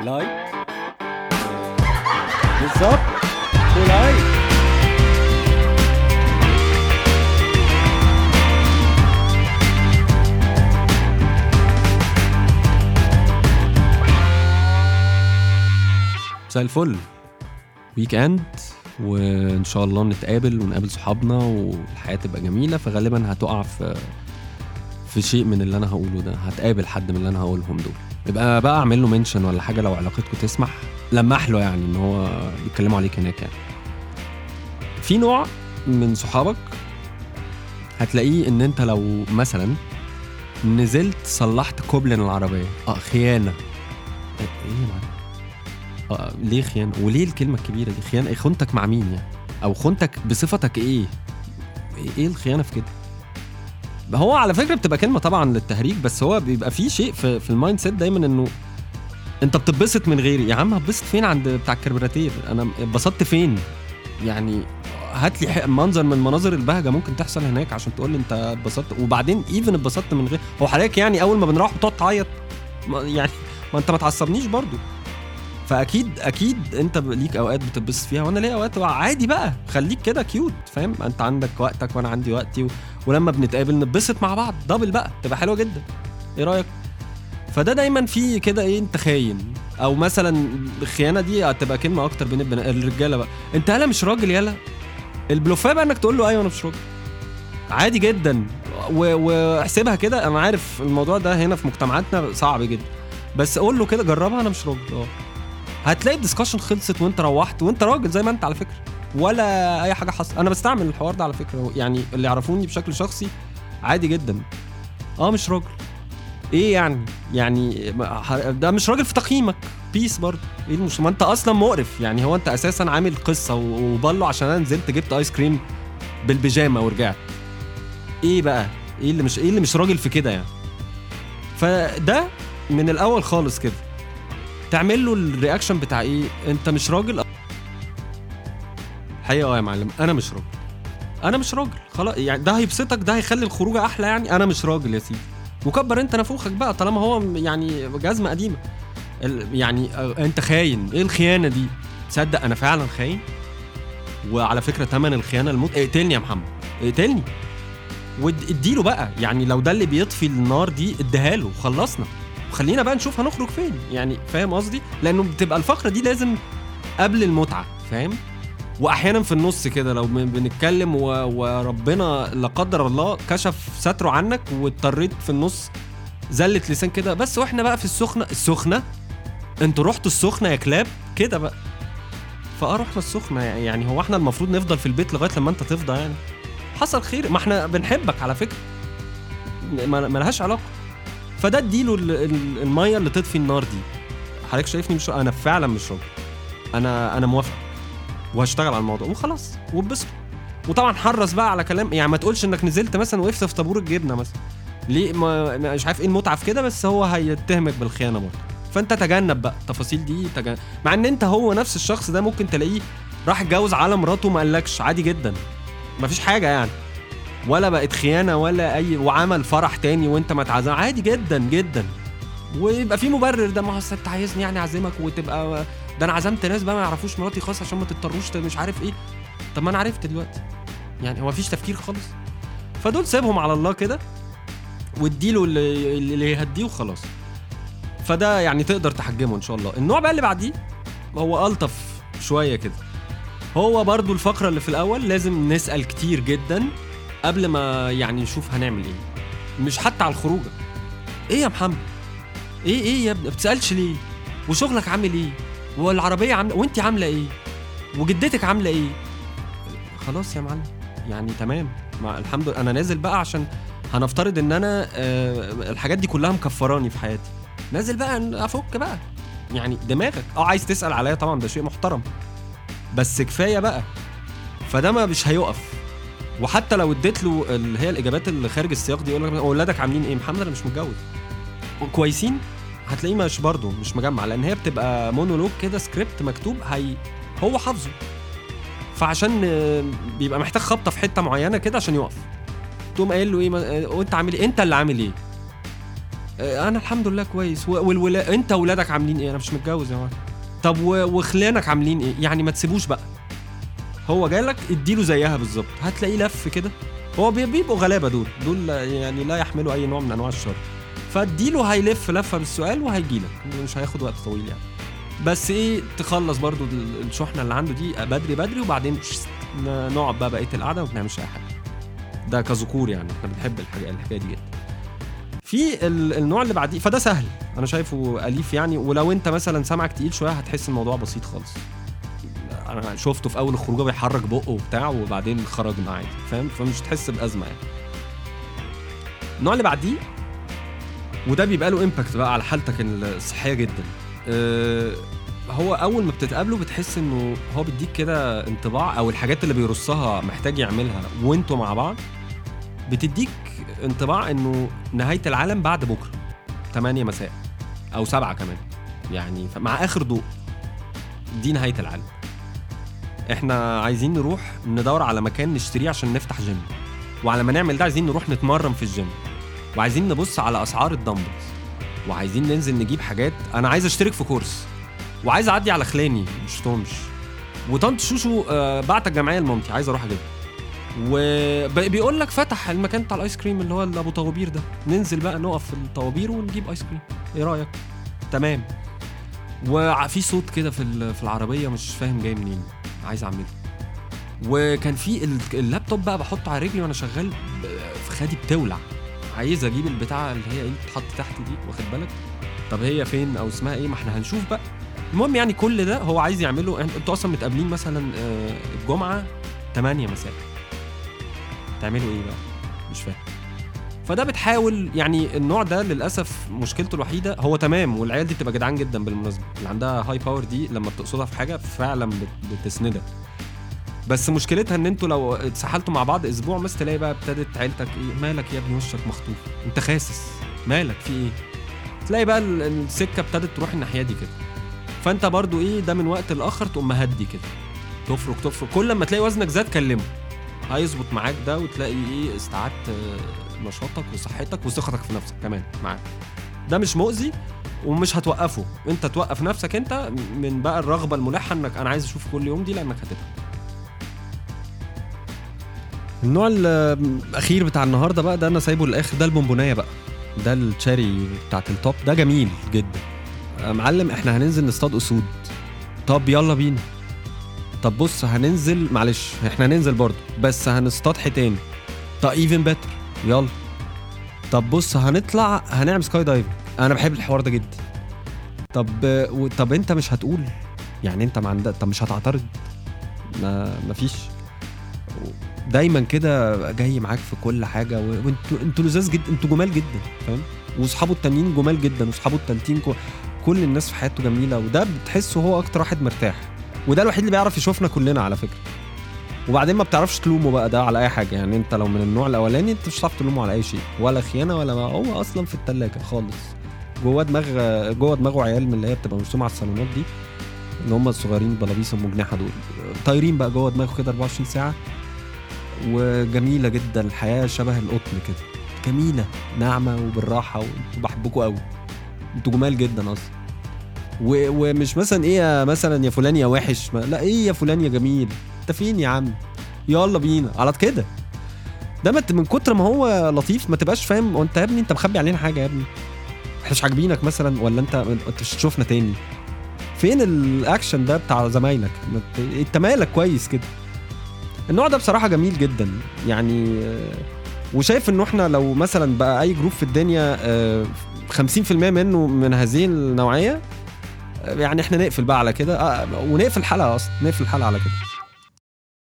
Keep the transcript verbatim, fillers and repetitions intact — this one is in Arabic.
لايك بالظبط ولايك. مساء الفل، ويك اند، وان شاء الله نتقابل ونقابل صحابنا والحياة تبقى جميلة. فغالبا هتقع في في شيء من اللي انا هقوله ده، هتقابل حد من اللي انا هقولهم دول، يبقى بقى اعمل له منشن ولا حاجة لو علاقتكم تسمح، لمح له يعني ان هو بيتكلموا عليك هناك. يعني في نوع من صحابك هتلاقيه ان انت لو مثلا نزلت صلحت كوبلن العربية، اه خيانة. ايه يا معلم؟ آه ليه خيانة؟ وليه الكلمة الكبيرة دي خيانة؟ ايه خونتك مع مين يعني؟ او خونتك بصفتك ايه؟ ايه الخيانة في كده؟ هو على فكرة بتبقى كلمة طبعا للتهريج، بس هو بيبقى فيه شيء في, في المايند سيت دايما انه انت بتتبسط من غيري. يا عم هتبسط فين عند بتاع الكربراتير؟ انا اتبسطت فين يعني؟ هات لي منظر من مناظر البهجة ممكن تحصل هناك عشان تقول لي انت اتبسطت. وبعدين ايفن اتبسطت من غير، هو حضرتك يعني اول ما بنروح بتقعد تعيط يعني؟ ما انت ما تعصبنيش برضو. فاكيد اكيد انت ليك اوقات بتتبسط فيها وانا ليا اوقات عادي. بقى خليك كده كيوت، فاهم؟ انت عندك وقتك وانا عندي وقتي، و... ولما بنتقابل نتبسط مع بعض دبل بقى، تبقى حلوه جدا. ايه رايك؟ فده دايما في كده ايه، انت خاين. او مثلا الخيانه دي هتبقى كلمه اكتر بين البنات الرجاله بقى، انت هلا مش راجل يلا. البلوفيه بقى انك تقول له ايوه انا مش راجل، عادي جدا. واحسبها كده، انا عارف الموضوع ده هنا في مجتمعاتنا صعب جدا، بس قول له كده، جربها انا مش راجل. اه هتلاقي الدسكشن خلصت وانت روحت وانت راجل زي ما انت على فكره، ولا اي حاجه حصل. انا بستعمل الحوار ده على فكره، يعني اللي يعرفوني بشكل شخصي عادي جدا. اه مش راجل ايه يعني؟ يعني ده مش راجل في تقييمك، بيس برضه. ايه مش ما انت اصلا مقرف يعني؟ هو انت اساسا عامل قصه وبالله عشان انا نزلت جبت ايس كريم بالبيجامه ورجعت. ايه بقى؟ ايه اللي مش ايه اللي مش راجل في كده يعني؟ فده من الاول خالص كده تعمل له الرياكشن بتاع ايه، انت مش راجل حقيقة يا معلم. انا مش راجل، انا مش راجل خلاص. يعني ده هيبسطك، ده هيخلي الخروجه احلى يعني. انا مش راجل يا سيدي، وكبر انت نفوخك بقى طالما هو يعني جزمه قديمه. يعني انت خاين. ايه الخيانه دي؟ تصدق انا فعلا خاين؟ وعلى فكره تمن الخيانه الموت. اقتلني يا محمد، اقتلني واديله بقى. يعني لو ده اللي بيطفي النار دي اديها له وخلصنا، وخلينا بقى نشوف هنخرج فين. يعني فاهم قصدي؟ لانه بتبقى الفقره دي لازم قبل المتعه، فاهم؟ واحيانا في النص كده لو بنتكلم و... وربنا لا قدر الله كشف ستره عنك واضطريت في النص زلة لسان كده بس، واحنا بقى في السخنه السخنه انتوا رحتوا السخنه يا كلاب كده بقى. فاه رحنا السخنه يعني. هو احنا المفروض نفضل في البيت لغايه لما انت تفضى يعني؟ حصل خير، ما احنا بنحبك على فكره، ما, ما لهاش علاقه. فده اديله الميه اللي تطفي النار دي. حضرتك شايفني مش انا فعلا مش راجل، انا انا موافق وهشتغل على الموضوع وخلاص وبسط. وطبعا حرص بقى على كلام، يعني ما تقولش انك نزلت مثلا وقفت في طابور الجبنه مثلا، ليه؟ ما مش عارف ايه المتعه في كده، بس هو هيتهمك بالخيانه برضه. فانت تجنب بقى التفاصيل دي، تجنب. مع ان انت هو نفس الشخص ده ممكن تلاقيه راح اتجوز على مراته ما قالكش، عادي جدا، مفيش حاجه يعني، ولا بقت خيانه ولا اي، وعمل فرح تاني وانت ما تعزم، عادي جدا جدا. ويبقى في مبرر، ده ما انت عايزني يعني اعزمك وتبقى ده انا عزمت ناس بقى ما يعرفوش مراتي خاص عشان ما تضطروش مش عارف ايه. طب ما انا عرفت دلوقتي يعني، هو مفيش تفكير خالص. فدول سيبهم على الله كده واديله اللي, اللي يهديه وخلاص. فده يعني تقدر تحجمه ان شاء الله. النوع بقى اللي بعديه هو ألطف شويه كده. هو برضو الفقره اللي في الاول لازم نسال كتير جدا قبل ما يعني نشوف هنعمل ايه، مش حتى على الخروجه. ايه يا محمد؟ ايه ايه يا ابني بتسالش ليه؟ وشغلك عامل ايه؟ والعربيه عامله، وانتي عامله ايه؟ وجدتك عامله ايه؟ خلاص يا معلم يعني تمام، مع الحمد لله انا نازل بقى عشان هنفترض ان انا آه الحاجات دي كلها مكفراني في حياتي، نازل بقى افك بقى يعني دماغك. اه عايز تسال عليا طبعا ده شيء محترم، بس كفايه بقى. فده ما مش هيقف. وحتى لو اديت له اللي هي الاجابات اللي خارج السياق دي، يقول لك اولادك عاملين ايه؟ محمد انا مش متجوز. كويسين؟ هتلاقيه مش برضه مش مجمع، لان هي بتبقى مونولوج كده، سكريبت مكتوب هي هو حافظه، فعشان بيبقى محتاج خبطه في حته معينه كده عشان يقف. تقوم قايل له ايه؟ وانت عامل ايه؟ انت اللي عامل ايه؟ انا الحمد لله كويس. والولا انت ولادك عاملين ايه؟ انا مش متجوز يا مان. طب وخلانك عاملين ايه؟ يعني ما تسيبوش بقى، هو جالك اديله زيها بالظبط، هتلاقيه لف كده. هو بيبقوا غلابه دول دول يعني لا يحملوا اي نوع من انواع الشر، فاديله هيلف لفه بالسؤال وهيجيلك، مش هياخد وقت طويل يعني. بس ايه، تخلص برضو الشحنه اللي عنده دي بدري بدري، وبعدين نقعد بقى بقيه القعده وما بنعملش اي حاجه. ده كذكور يعني، احنا بنحب الحاجه الحكايه دي جدا. في النوع اللي بعديه فده سهل، انا شايفه اليف يعني، ولو انت مثلا سمعك تقيل شويه هتحس الموضوع بسيط خالص. انا شفته في اول الخروجه بيحرك بقه وبتاع، وبعدين خرجنا عادي، فاهم؟ فمش تحس بازمه يعني. النوع اللي بعديه وده بيبقى له امباكت بقى على حالتك الصحيه جدا. أه هو اول ما بتتقابله بتحس انه هو بيديك كده انطباع، او الحاجات اللي بيرصها محتاج يعملها وانتوا مع بعض بتديك انطباع انه نهايه العالم بعد بكره ثمانية مساء او سبعة كمان يعني، مع اخر ضوء دي نهايه العالم. احنا عايزين نروح ندور على مكان نشتريه عشان نفتح جيم، وعلى ما نعمل ده عايزين نروح نتمرن في الجيم، وعايزين نبص على اسعار الدمبلز، وعايزين ننزل نجيب حاجات. انا عايز اشترك في كورس، وعايز اعدي على خلاني مش طومش، وطنط شوشو آه بعت الجمعيه لمامتي عايز اروح اجيبها، وبيقول لك فتح المكان بتاع الايس كريم اللي هو ابو طوابير ده، ننزل بقى نقف في الطوابير ونجيب ايس كريم، ايه رايك؟ تمام. وفي صوت كده في في العربيه مش فاهم جاي منين، عايز اعمله. وكان في اللابتوب بقى بحطه على رجلي وانا شغال في خدي بتولع، عايز اجيب البتاعه اللي هي ايه بتحط تحت دي، واخد بالك؟ طب هي فين او اسمها ايه؟ ما احنا هنشوف بقى. المهم يعني كل ده هو عايز يعمله. انتوا اصلا متقابلين مثلا الجمعه ثمانية مساء، تعملوا ايه بقى؟ مش فاهم. فده بتحاول يعني. النوع ده للاسف مشكلته الوحيده هو تمام، والعيال دي بتبقى جدعان جدا بالمناسبه، اللي عندها هاي باور دي لما بتقصدها في حاجه فعلا بتسندها. بس مشكلتها ان انتوا لو اتسحلتوا مع بعض اسبوع مثلا تلاقي بقى ابتدت عيلتك ايه، مالك يا ابني وشك مخطوف، انت خاسس، مالك في ايه؟ تلاقي بقى السكه ابتدت تروح الناحيه دي كده. فانت برضو ايه، ده من وقت لاخر تقوم مهدي كده، تفرك تفرك، كل ما تلاقي وزنك زاد كلمه هيظبط معاك ده، وتلاقي ايه استعدت نشاطك وصحتك وثقتك في نفسك كمان معاك. ده مش مؤذي ومش هتوقفه، انت توقف نفسك انت من بقى الرغبه الملحه انك انا عايز اشوف كل يوم دي، لانك هتتعب. النوع الاخير بتاع النهارده بقى ده انا سايبه للاخر، ده البونبونايه بقى، ده التشاري بتاعت التوب، ده جميل جدا. معلم احنا هننزل نصطاد اسود، طب يلا بينا. طب بص هننزل، معلش احنا هننزل برضو بس هنصطاد حيتان، طب ايفن بيتر يلا. طب بص هنطلع هنعمل سكاي دايفنج، انا بحب الحوار ده جدا. طب طب انت مش هتقول يعني انت ما عندك، طب مش هتعترض؟ ما مفيش، دايما كده جاي معاك في كل حاجه، وانتوا انتوا لذاذ جدا، انتوا جمال جدا، فاهم؟ واصحابه التانيين جمال جدا، واصحابه التانيين كل الناس في حياته جميله، وده بتحسه هو اكتر واحد مرتاح، وده الوحيد اللي بيعرف يشوفنا كلنا على فكره. وبعدين ما بتعرفش تلومه بقى ده على اي حاجه يعني، انت لو من النوع الاولاني انت مش هتعرف تلومه على اي شيء، ولا خيانه ولا ما هو اصلا في الثلاجه خالص، جوه دماغ جوه دماغه عيال من اللي هي بتبقى مرسومه على الصالونات دي، اللي هم الصغيرين البلابيس المجنحه دول، طايرين بقى جوه دماغه كده أربعة وعشرين ساعه، وجميله جدا الحياه، شبه القطن كده، جميله ناعمه وبالراحه، وانتوا بحبكم قوي، انتوا جمال جدا اصلا. ومش مثلا ايه مثلا يا فلان يا وحش، لا ايه يا فلان يا جميل، انت فين يا عم، يلا بينا على كده. ده من كتر ما هو لطيف ما تبقاش فاهم وانت يا ابني انت مخبي علينا حاجه يا ابني، احنا مش عاجبينك مثلا، ولا انت انت مش تشوفنا تاني، فين الاكشن ده بتاع زمايلك، انت مالك كويس كده. النوع ده بصراحه جميل جدا يعني، وشايف انه احنا لو مثلا بقى اي جروب في الدنيا خمسين في المية منه من هذه النوعيه، يعني احنا نقفل بقى على كده، ونقفل الحلقه اصلا، نقفل الحلقه على كده.